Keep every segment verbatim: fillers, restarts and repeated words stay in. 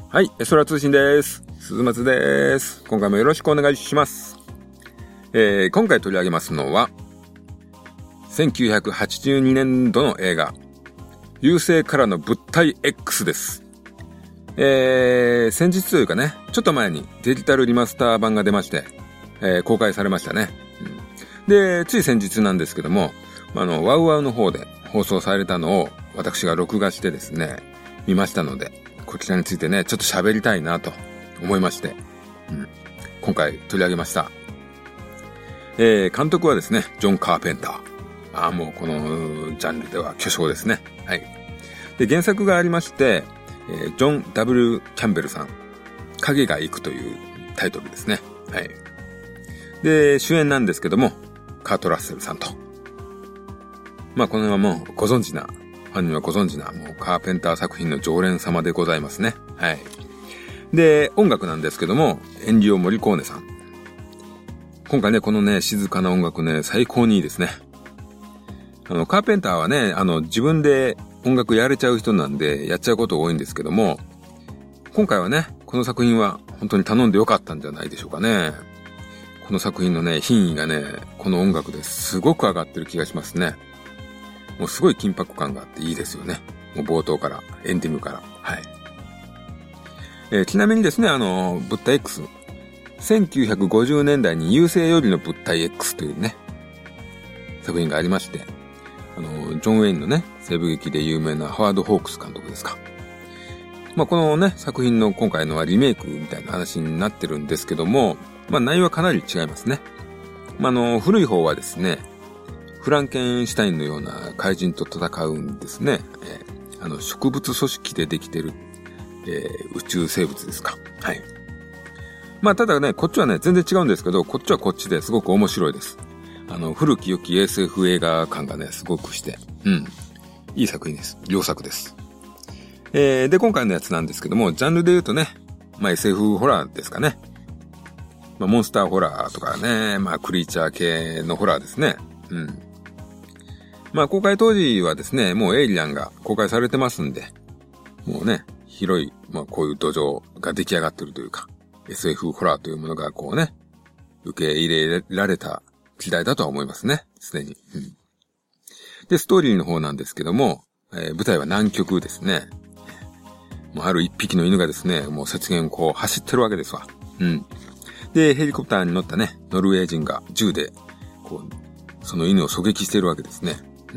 はい、空通信です。鈴松です。今回もよろしくお願いします。えー、今回取り上げますのは、せんきゅうひゃくはちじゅうにねんどの映画、流星からの物体 X です。えー、先日というかね、ちょっと前にデジタルリマスター版が出まして、えー、公開されましたね。うん、で、つい先日なんですけども、あの、ワウワウの方で放送されたのを私が録画してですね、見ましたので、こちらについてね、ちょっと喋りたいなと思いまして、うん、今回取り上げました。えー、監督はですね、ジョン・カーペンター。ああ、もうこのジャンルでは巨匠ですね。はい。で、原作がありまして、えー、ジョン・ダブリュー キャンベルさん、影が行くというタイトルですね。はい。で、主演なんですけども、カート・ラッセルさんと。まあ、この辺はもうご存知な、ファンにはご存知な、もうカーペンター作品の常連様でございますね。はい。で、音楽なんですけども、エンリオ・モリコーネさん。今回ね、このね、静かな音楽ね、最高にいいですね。あの、カーペンターはね、あの、自分で音楽やれちゃう人なんで、やっちゃうこと多いんですけども、今回はね、この作品は本当に頼んでよかったんじゃないでしょうかね。この作品のね、品位がね、この音楽ですごく上がってる気がしますね。もうすごい緊迫感があっていいですよね。もう冒頭から、エンディングから。はい。えー、ちなみにですね、あの、物体 X。せんきゅうひゃくごじゅうねんだいに優勢よりの物体 X というね、作品がありまして、あの、ジョン・ウェインのね、西部劇で有名なハワード・ホークス監督ですか。まあ、このね、作品の今回のはリメイクみたいな話になってるんですけども、まあ、内容はかなり違いますね。まあ、あの、古い方はですね、フランケンシュタインのような怪人と戦うんですね。えー、あの、植物組織でできてる、えー、宇宙生物ですか。はい。まあ、ただね、こっちはね、全然違うんですけど、こっちはこっちですごく面白いです。あの、古き良き エスエフ 映画感がね、すごくして、うん。いい作品です。良作です。えー、で、今回のやつなんですけども、ジャンルで言うとね、まあ、エスエフ ホラーですかね。まあ、モンスターホラーとかね、まあ、クリーチャー系のホラーですね。うん。まあ、公開当時はですね、もうエイリアンが公開されてますんで、もうね、広い、まあ、こういう土壌が出来上がってるというか、エスエフ ホラーというものがこうね、受け入れられた時代だとは思いますね、すでに。うん、で、ストーリーの方なんですけども、えー、舞台は南極ですね。もうある一匹の犬がですね、もう雪原をこう走ってるわけですわ。うん。で、ヘリコプターに乗ったね、ノルウェー人が銃で、こう、その犬を狙撃してるわけですね。うん、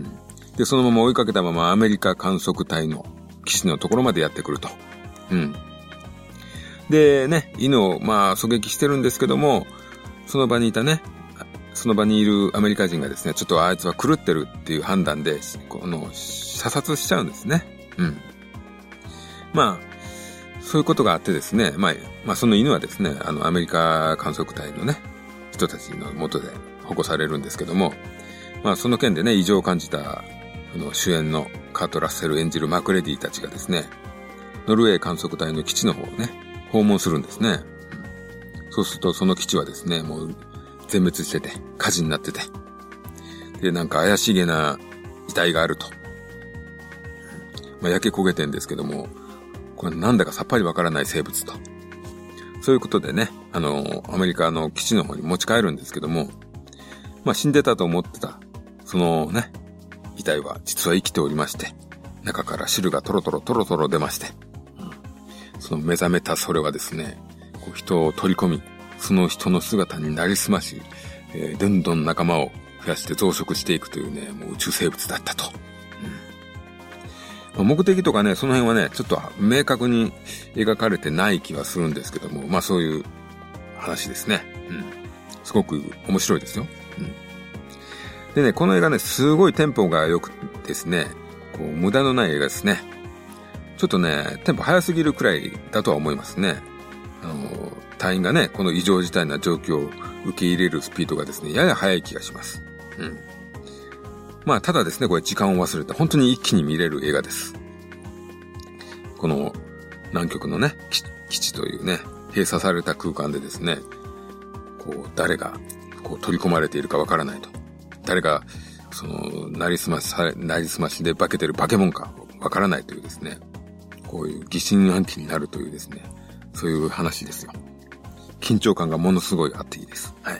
で、そのまま追いかけたままアメリカ観測隊の基地のところまでやってくると。うん。でね、犬をまあ狙撃してるんですけども、その場にいたね、その場にいるアメリカ人がですね、ちょっとあいつは狂ってるっていう判断で、この、射殺しちゃうんですね。うん。まあ、そういうことがあってですね、まあ、まあその犬はですね、あのアメリカ観測隊のね、人たちの元で保護されるんですけども、まあその件でね、異常を感じた、あの主演のカート・ラッセル演じるマクレディたちがですね、ノルウェー観測隊の基地の方をね、訪問するんですね。うん、そうするとその基地はですね、もう全滅してて、火事になってて、で、なんか怪しげな遺体があると。まあ焼け焦げてんですけども、これなんだかさっぱりわからない生物と。そういうことでね、あの、アメリカの基地の方に持ち帰るんですけども、まあ死んでたと思ってた、そのね、遺体は実は生きておりまして、中から汁がトロトロトロトロ出まして、うん、その目覚めたそれはですね、こう人を取り込み、その人の姿になりすまし、えー、どんどん仲間を増やして増殖していくというね、もう宇宙生物だったと。うん、目的とかね、その辺はね、ちょっと明確に描かれてない気はするんですけども、まあそういう話ですね。うん。すごく面白いですよ。うん。でね、この映画ね、すごいテンポが良くですね、こう無駄のない映画ですね。ちょっとね、テンポ早すぎるくらいだとは思いますね。あの、隊員がね、この異常事態な状況を受け入れるスピードがですね、やや速い気がします。うん。まあ、ただですね、これ時間を忘れて本当に一気に見れる映画です。この南極のね、基地というね、閉鎖された空間でですね、こう、誰がこう取り込まれているかわからないと。誰が、その、なりすまし、なりすましで化けてる化け物かわからないというですね、 こういう疑心暗鬼になるというですね、そういう話ですよ。緊張感がものすごいあっていいです。はい。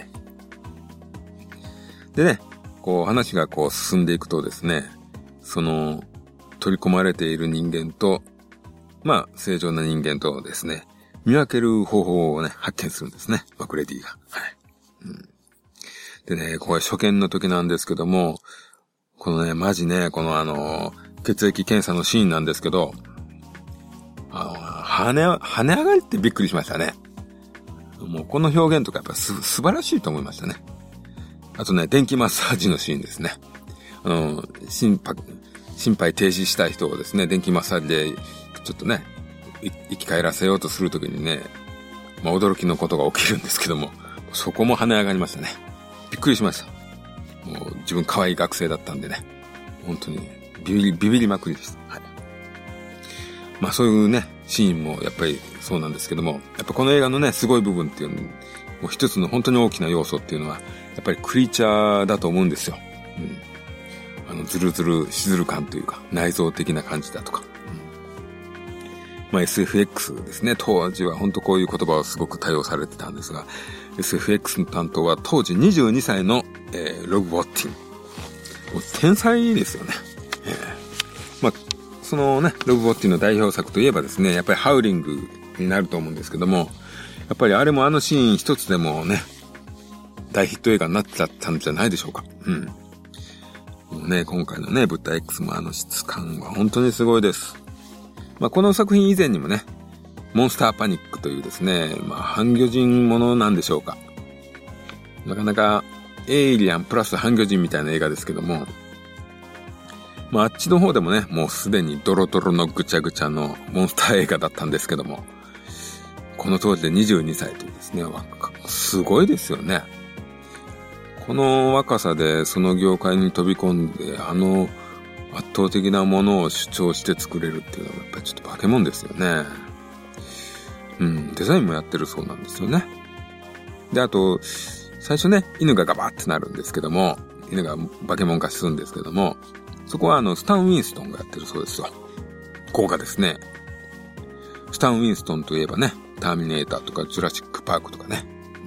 でね、こう話がこう進んでいくとですね、その取り込まれている人間と、まあ正常な人間とですね、見分ける方法をね、発見するんですね。マクレディが。はい。うん、でね、これ初見の時なんですけども、このね、マジね、このあの、血液検査のシーンなんですけど、あの、跳ね、跳ね上がりってびっくりしましたね。もうこの表現とかやっぱす、素晴らしいと思いましたね。あとね、電気マッサージのシーンですね。あの、心拍、心肺停止したい人をですね、電気マッサージで、ちょっとね、生き返らせようとするときにね、まあ驚きのことが起きるんですけども、そこも跳ね上がりましたね。びっくりしました。もう自分可愛い学生だったんでね、本当にビビり、ビビりまくりです。はい。まあそういうね、シーンもやっぱりそうなんですけども、やっぱこの映画のね、すごい部分っていうのもう一つの本当に大きな要素っていうのは、やっぱりクリーチャーだと思うんですよ。うん。あの、ズルズル、しずる感というか、内臓的な感じだとか。まあ エスエフエックス ですね。当時は本当こういう言葉をすごく多用されてたんですが、エスエフエックス の担当は当時にじゅうにさいの、えー、ロブ・ウォッティン。もう天才ですよね。えー、まあ、そのね、ロブ・ウォッティンの代表作といえばですね、やっぱりハウリングになると思うんですけども、やっぱりあれもあのシーン一つでもね、大ヒット映画になっちゃったんじゃないでしょうか。うん。もうね、今回のね、物体 X もあの質感は本当にすごいです。まあ、この作品以前にもね、モンスターパニックというですね、まあ、半魚人ものなんでしょうか。なかなか、エイリアンプラス半魚人みたいな映画ですけども、まあ、あっちの方でもね、もうすでにドロドロのぐちゃぐちゃのモンスター映画だったんですけども、この当時でにじゅうにさいというですね、すごいですよね。この若さでその業界に飛び込んで、あの圧倒的なものを主張して作れるっていうのはやっぱりちょっと化け物ですよね。うん、デザインもやってるそうなんですよね。で、あと、最初ね、犬がガバッってなるんですけども、犬が化け物化するんですけども、そこはあの、スタン・ウィンストンがやってるそうですよ。豪華ですね。スタン・ウィンストンといえばね、ターミネーターとかジュラシック・パークとかね。うん、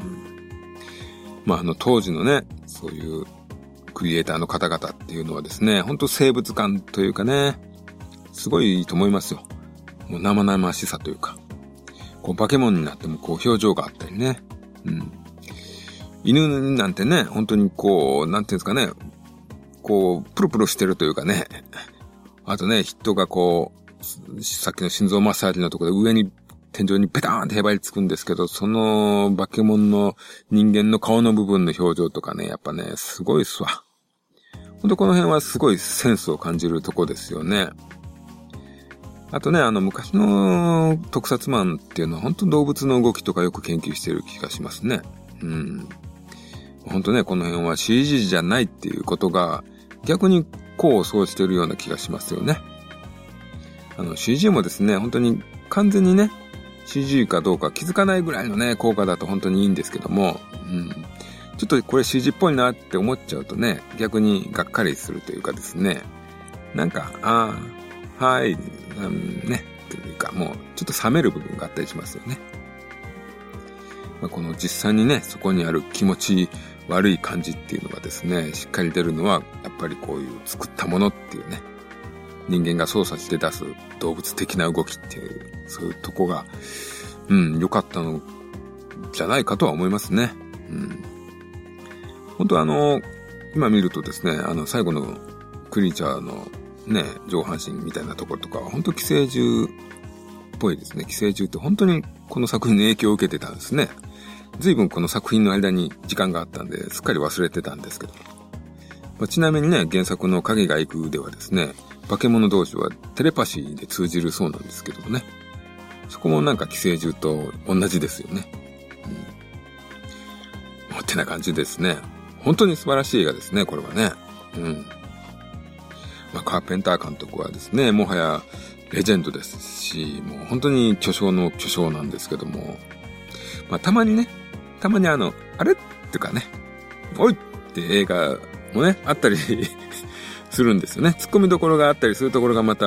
まああの、当時のね、そういうクリエイターの方々っていうのはですね、本当生物感というかね、すごいいいと思いますよ。もう生々しさというか、こう化け物になってもこう表情があったりね。うん。犬なんてね、本当にこう、なんていうんですかね、こう、プルプルしてるというかね。あとね、人がこう、さっきの心臓マッサージのところで上に、天井にペターンってへばりつくんですけど、その化け物の人間の顔の部分の表情とかね、やっぱね、すごいっすわ。ほんとこの辺はすごいセンスを感じるとこですよね。あとね、あの昔の特撮マンっていうのは本当動物の動きとかよく研究してる気がしますね。うん。本当ね、この辺は シージー じゃないっていうことが逆に功を奏してるような気がしますよね。あの シージー もですね、本当に完全にね、シージー かどうか気づかないぐらいのね、効果だと本当にいいんですけども、うん。ちょっとこれ シージー っぽいなって思っちゃうとね、逆にがっかりするというかですね、なんか、ああ、はい、うん、ね、というかもうちょっと冷める部分があったりしますよね。まあ、この実際にね、そこにある気持ち悪い感じっていうのがですね、しっかり出るのは、やっぱりこういう作ったものっていうね、人間が操作して出す動物的な動きっていう、そういうとこが、うん、良かったのじゃないかとは思いますね。うん。本当あの、今見るとですね、あの最後のクリーチャーのね、上半身みたいなところとかは本当寄生獣っぽいですね。寄生獣って本当にこの作品の影響を受けてたんですね。随分この作品の間に時間があったんで、すっかり忘れてたんですけど。まあ、ちなみにね、原作の影が行くではですね、化け物同士はテレパシーで通じるそうなんですけどね。そこもなんか寄生獣と同じですよね。うん。もうってな感じですね。本当に素晴らしい映画ですね、これはね。うん。まあ、カーペンター監督はですね、もはやレジェンドですし、もう本当に巨匠の巨匠なんですけども、まあ、たまにね、たまにあの、あれってかね、おいって映画もね、あったりするんですよね。突っ込みどころがあったりするところがまた、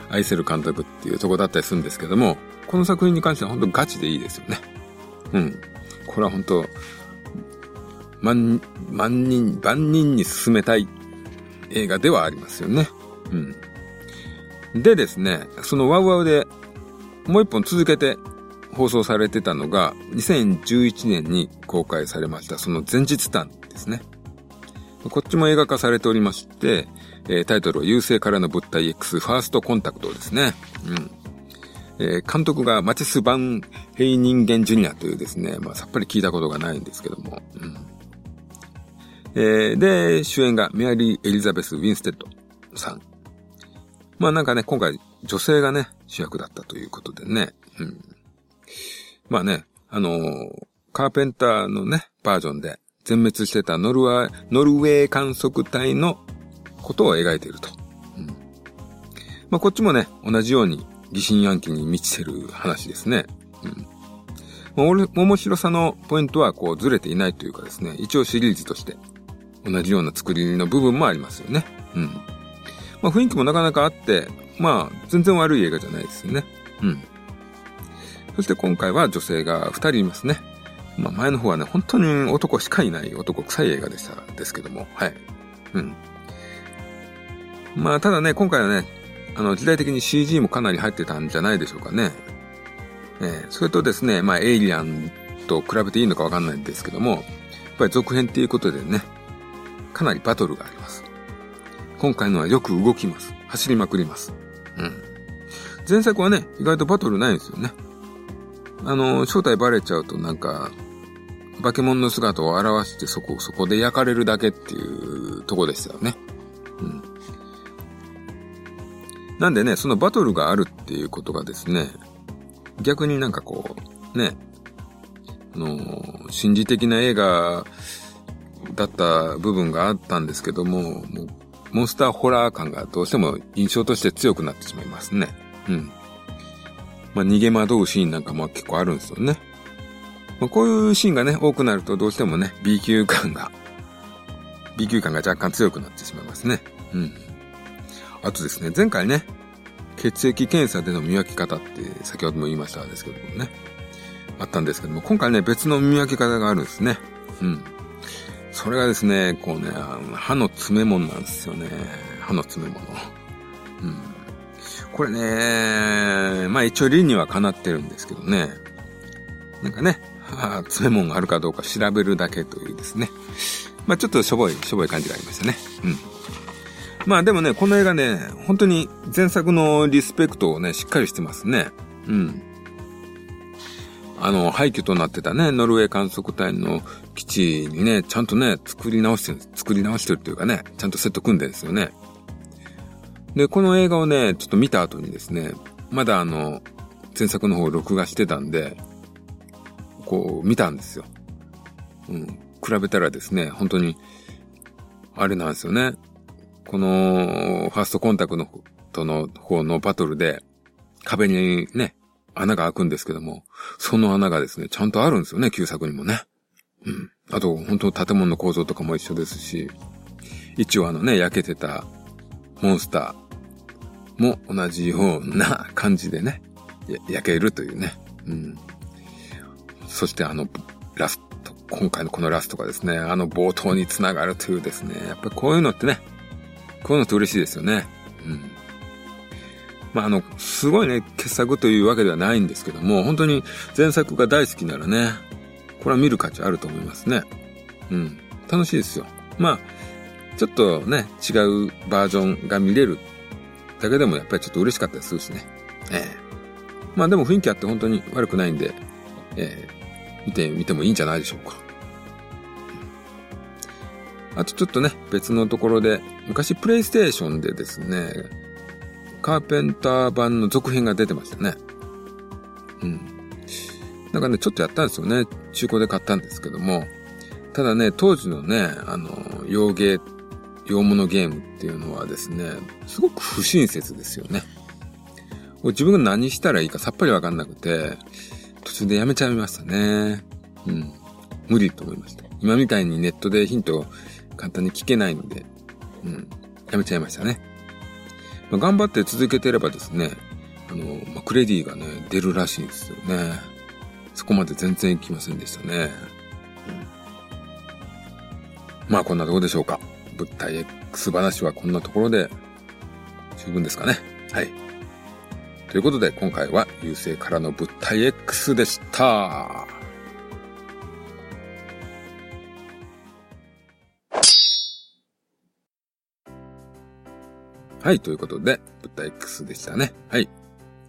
愛せる監督っていうところだったりするんですけども、この作品に関しては本当ガチでいいですよね。うん。これは本当、万、万人、万人に勧めたい映画ではありますよね。うん。でですね、そのワウワウでもう一本続けて放送されてたのが、にせんじゅういちねんに公開されました、その前日談ですね。こっちも映画化されておりまして、えー、タイトルは優勢からの物体 X ファーストコンタクトですね。うん。えー、監督がマティス・バン・ヘイニンゲン・ジュニアというですね、まあさっぱり聞いたことがないんですけども。うん。えー、で、主演がメアリー・エリザベス・ウィンステッドさん。まあなんかね、今回女性がね、主役だったということでね。うん。まあね、あのー、カーペンターのね、バージョンで全滅してたノルワ、ノルウェー観測隊のことを描いていると。うん。まあこっちもね、同じように疑心暗鬼に満ちてる話ですね。うん。まあ、面白さのポイントはこうずれていないというかですね、一応シリーズとして同じような作りの部分もありますよね。うん。まあ雰囲気もなかなかあって、まあ全然悪い映画じゃないですよね。うん。そして今回は女性がふたりいますね。まあ前の方はね、本当に男しかいない男臭い映画でしたですけども、はい。うん。まあただね、今回はね、あの時代的に シージー もかなり入ってたんじゃないでしょうかね。えー、それとですね、まあエイリアンと比べていいのかわかんないんですけども、やっぱり続編っていうことでね、かなりバトルがあります。今回のはよく動きます。走りまくります。うん。前作はね、意外とバトルないんですよね。あの、正体バレちゃうとなんか、化け物の姿を表してそこ、そこで焼かれるだけっていうとこでしたよね。うん。なんでね、そのバトルがあるっていうことがですね、逆になんかこう、ね、あの、心理的な映画だった部分があったんですけども、もうモンスターホラー感がどうしても印象として強くなってしまいますね。うん。まあ、逃げ惑うシーンなんかも結構あるんですよね。まあ、こういうシーンがね、多くなるとどうしてもね、B 級感が、B 級感が若干強くなってしまいますね。うん。あとですね、前回ね、血液検査での見分け方って先ほども言いましたですけどもね、あったんですけども、今回ね、別の見分け方があるんですね。うん。それがですね、こうね、歯の詰め物なんですよね。歯の詰め物。うん。これね、まあ一応理にはかなってるんですけどね。なんかね、歯詰め物があるかどうか調べるだけというですね。まあちょっとしょぼい、しょぼい感じがありましたね。うん。まあでもね、この映画ね、本当に前作のリスペクトをね、しっかりしてますね。うん。あの、廃墟となってたね、ノルウェー観測隊の基地にね、ちゃんとね、作り直してる、作り直してるっていうかね、ちゃんとセット組んでるんですよね。で、この映画をね、ちょっと見た後にですね、まだあの、前作の方を録画してたんで、こう、見たんですよ。うん。比べたらですね、本当に、あれなんですよね。この、ファーストコンタクトの方のバトルで、壁にね、穴が開くんですけども、その穴がですね、ちゃんとあるんですよね、旧作にもね。うん。あと、本当建物の構造とかも一緒ですし、一応あのね、焼けてたモンスターも同じような感じでね、焼けるというね。うん。そしてあの、ラスト、今回のこのラストがですね、あの冒頭につながるというですね、やっぱりこういうのってね、こういうのって嬉しいですよね。うん。まあ、あの、すごいね、傑作というわけではないんですけども、本当に前作が大好きならね、これは見る価値あると思いますね。うん。楽しいですよ。まあ、ちょっとね、違うバージョンが見れるだけでもやっぱりちょっと嬉しかったりするしね。ええ。まあでも雰囲気あって本当に悪くないんで、ええ、見てみてもいいんじゃないでしょうか。あとちょっとね、別のところで、昔プレイステーションでですね、カーペンター版の続編が出てましたね。うん。なんかね、ちょっとやったんですよね。中古で買ったんですけども。ただね、当時のね、あの、洋ゲー、洋物ゲームっていうのはですね、すごく不親切ですよね。自分が何したらいいかさっぱりわかんなくて、途中でやめちゃいましたね。うん。無理と思いました。今みたいにネットでヒントを簡単に聞けないので、うん。やめちゃいましたね。 まあ、頑張って続けてればですね、あの、まあ、クレディがね、出るらしいんですよね。そこまで全然来ませんでしたね。うん、まあこんなところでしょうか。物体 X 話はこんなところで十分ですかね。はい。ということで今回は優勢からの物体 X でした。はい、ということで物体 X でしたね。はい。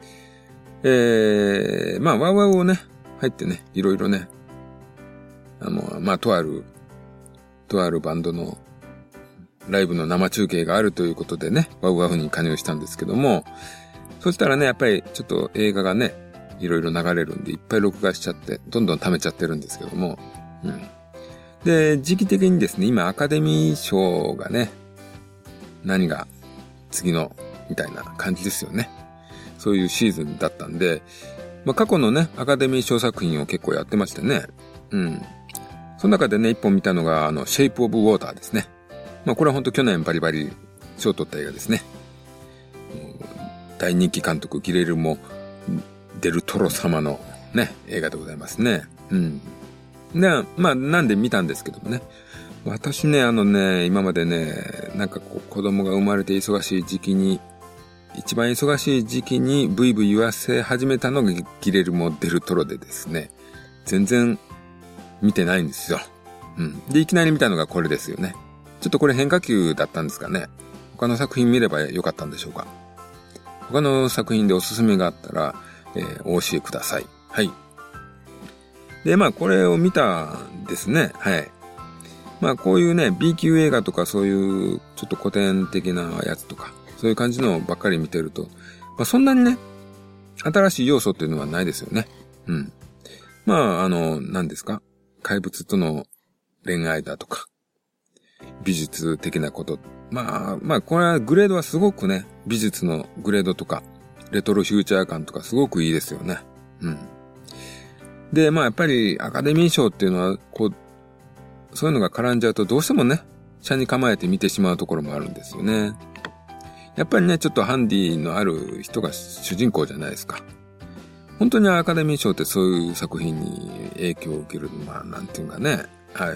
えー、まあワウワウをね、入ってね、いろいろね、あの、まあとある、とあるバンドのライブの生中継があるということでね、ワウワウに加入したんですけども、そしたらね、やっぱりちょっと映画がね、いろいろ流れるんでいっぱい録画しちゃって、どんどん溜めちゃってるんですけども、うん。で、時期的にですね、今アカデミー賞がね、何が次の、みたいな感じですよね。そういうシーズンだったんで、まあ過去のね、アカデミー賞作品を結構やってましてね、うん。その中でね、一本見たのが、あの、シェイプオブウォーターですね。まあこれはほんと去年バリバリ賞を取った映画ですね。大人気監督ギレルモ・デルトロ様のね、映画でございますね。うん。で、まあなんで見たんですけどもね。私ね、あのね、今までね、なんかこう子供が生まれて忙しい時期に、一番忙しい時期にブイブイ言わせ始めたのがギレルモ・デルトロでですね、全然見てないんですよ。うん。で、いきなり見たのがこれですよね。ちょっとこれ変化球だったんですかね。他の作品見ればよかったんでしょうか。他の作品でおすすめがあったら、えー、お教えください。はい。で、まあこれを見たんですね。はい。まあこういうね、B 級映画とかそういうちょっと古典的なやつとか、そういう感じのばっかり見てると、まあそんなにね、新しい要素っていうのはないですよね。うん。まああの、何ですか？怪物との恋愛だとか、美術的なこと。まあ、まあこれはグレードはすごくね、美術のグレードとか、レトロフューチャー感とかすごくいいですよね。うん。で、まあやっぱりアカデミー賞っていうのは、こう、そういうのが絡んじゃうとどうしてもね、車に構えて見てしまうところもあるんですよね。やっぱりね、ちょっとハンディのある人が主人公じゃないですか。本当にアカデミー賞ってそういう作品に影響を受ける、まあなんていうかね、はい、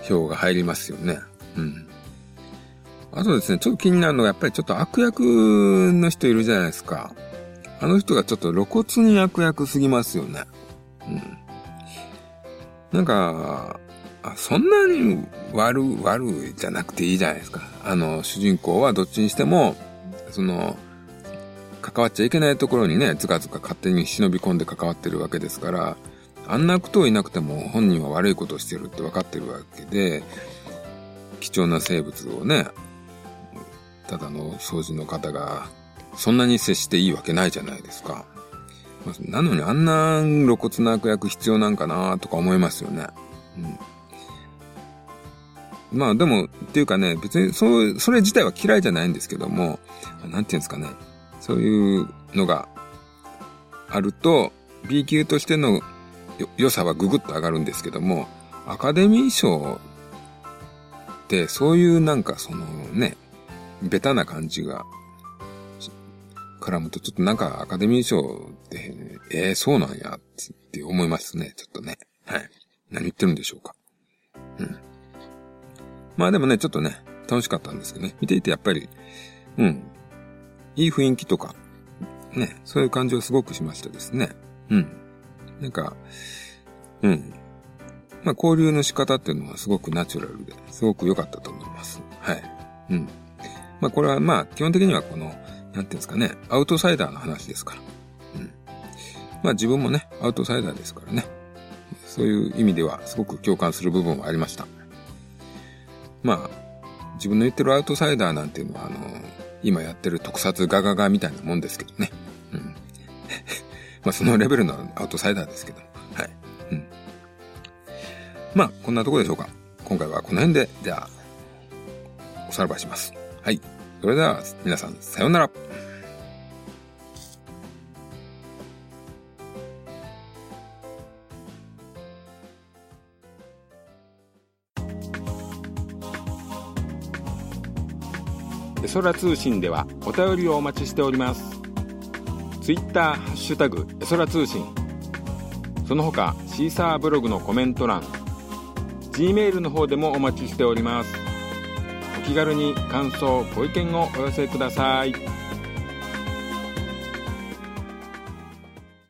票が入りますよね。うん。あとですね、ちょっと気になるのがやっぱりちょっと悪役の人いるじゃないですか。あの人がちょっと露骨に悪役すぎますよね。うん。なんか、あそんなに悪、悪じゃなくていいじゃないですか。あの、主人公はどっちにしても、その、関わっちゃいけないところにね、ずかずか勝手に忍び込んで関わってるわけですから、あんな悪党いなくても本人は悪いことをしてるって分かってるわけで、貴重な生物をね、ただの掃除の方が、そんなに接していいわけないじゃないですか。なのにあんな露骨な悪役必要なんかなとか思いますよね。うん、まあでも、っていうかね、別にそう、それ自体は嫌いじゃないんですけども、なんていうんですかね、そういうのがあると、B 級としての良さはぐぐっと上がるんですけども、アカデミー賞ってそういうなんかそのね、ベタな感じが絡むとちょっとなんかアカデミー賞ってえー、そうなんやって思いますね。ちょっとね。はい。何言ってるんでしょうか。うん。まあでもね、ちょっとね、楽しかったんですけどね。見ていてやっぱり、うん。いい雰囲気とか、ね、そういう感じをすごくしましたですね。うん。なんか、うん。まあ交流の仕方っていうのはすごくナチュラルで、すごく良かったと思います。はい。うん。まあこれはまあ基本的にはこの、なんていうんですかね、アウトサイダーの話ですから。うん。まあ自分もね、アウトサイダーですからね。そういう意味ではすごく共感する部分はありました。まあ、自分の言ってるアウトサイダーなんていうのはあの、今やってる特撮ガガガみたいなもんですけどね。うん。まあそのレベルのアウトサイダーですけど。はい。うん。まあ、こんなところでしょうか。今回はこの辺で、じゃあ、おさらばします。はい。それでは、皆さん、さようなら。 エソラ通信ではお便りをお待ちしております。ツイッターハッシュタグエソラ通信、その他シーサーブログのコメント欄、 G メールの方でもお待ちしております。お気軽に感想ご意見をお寄せください。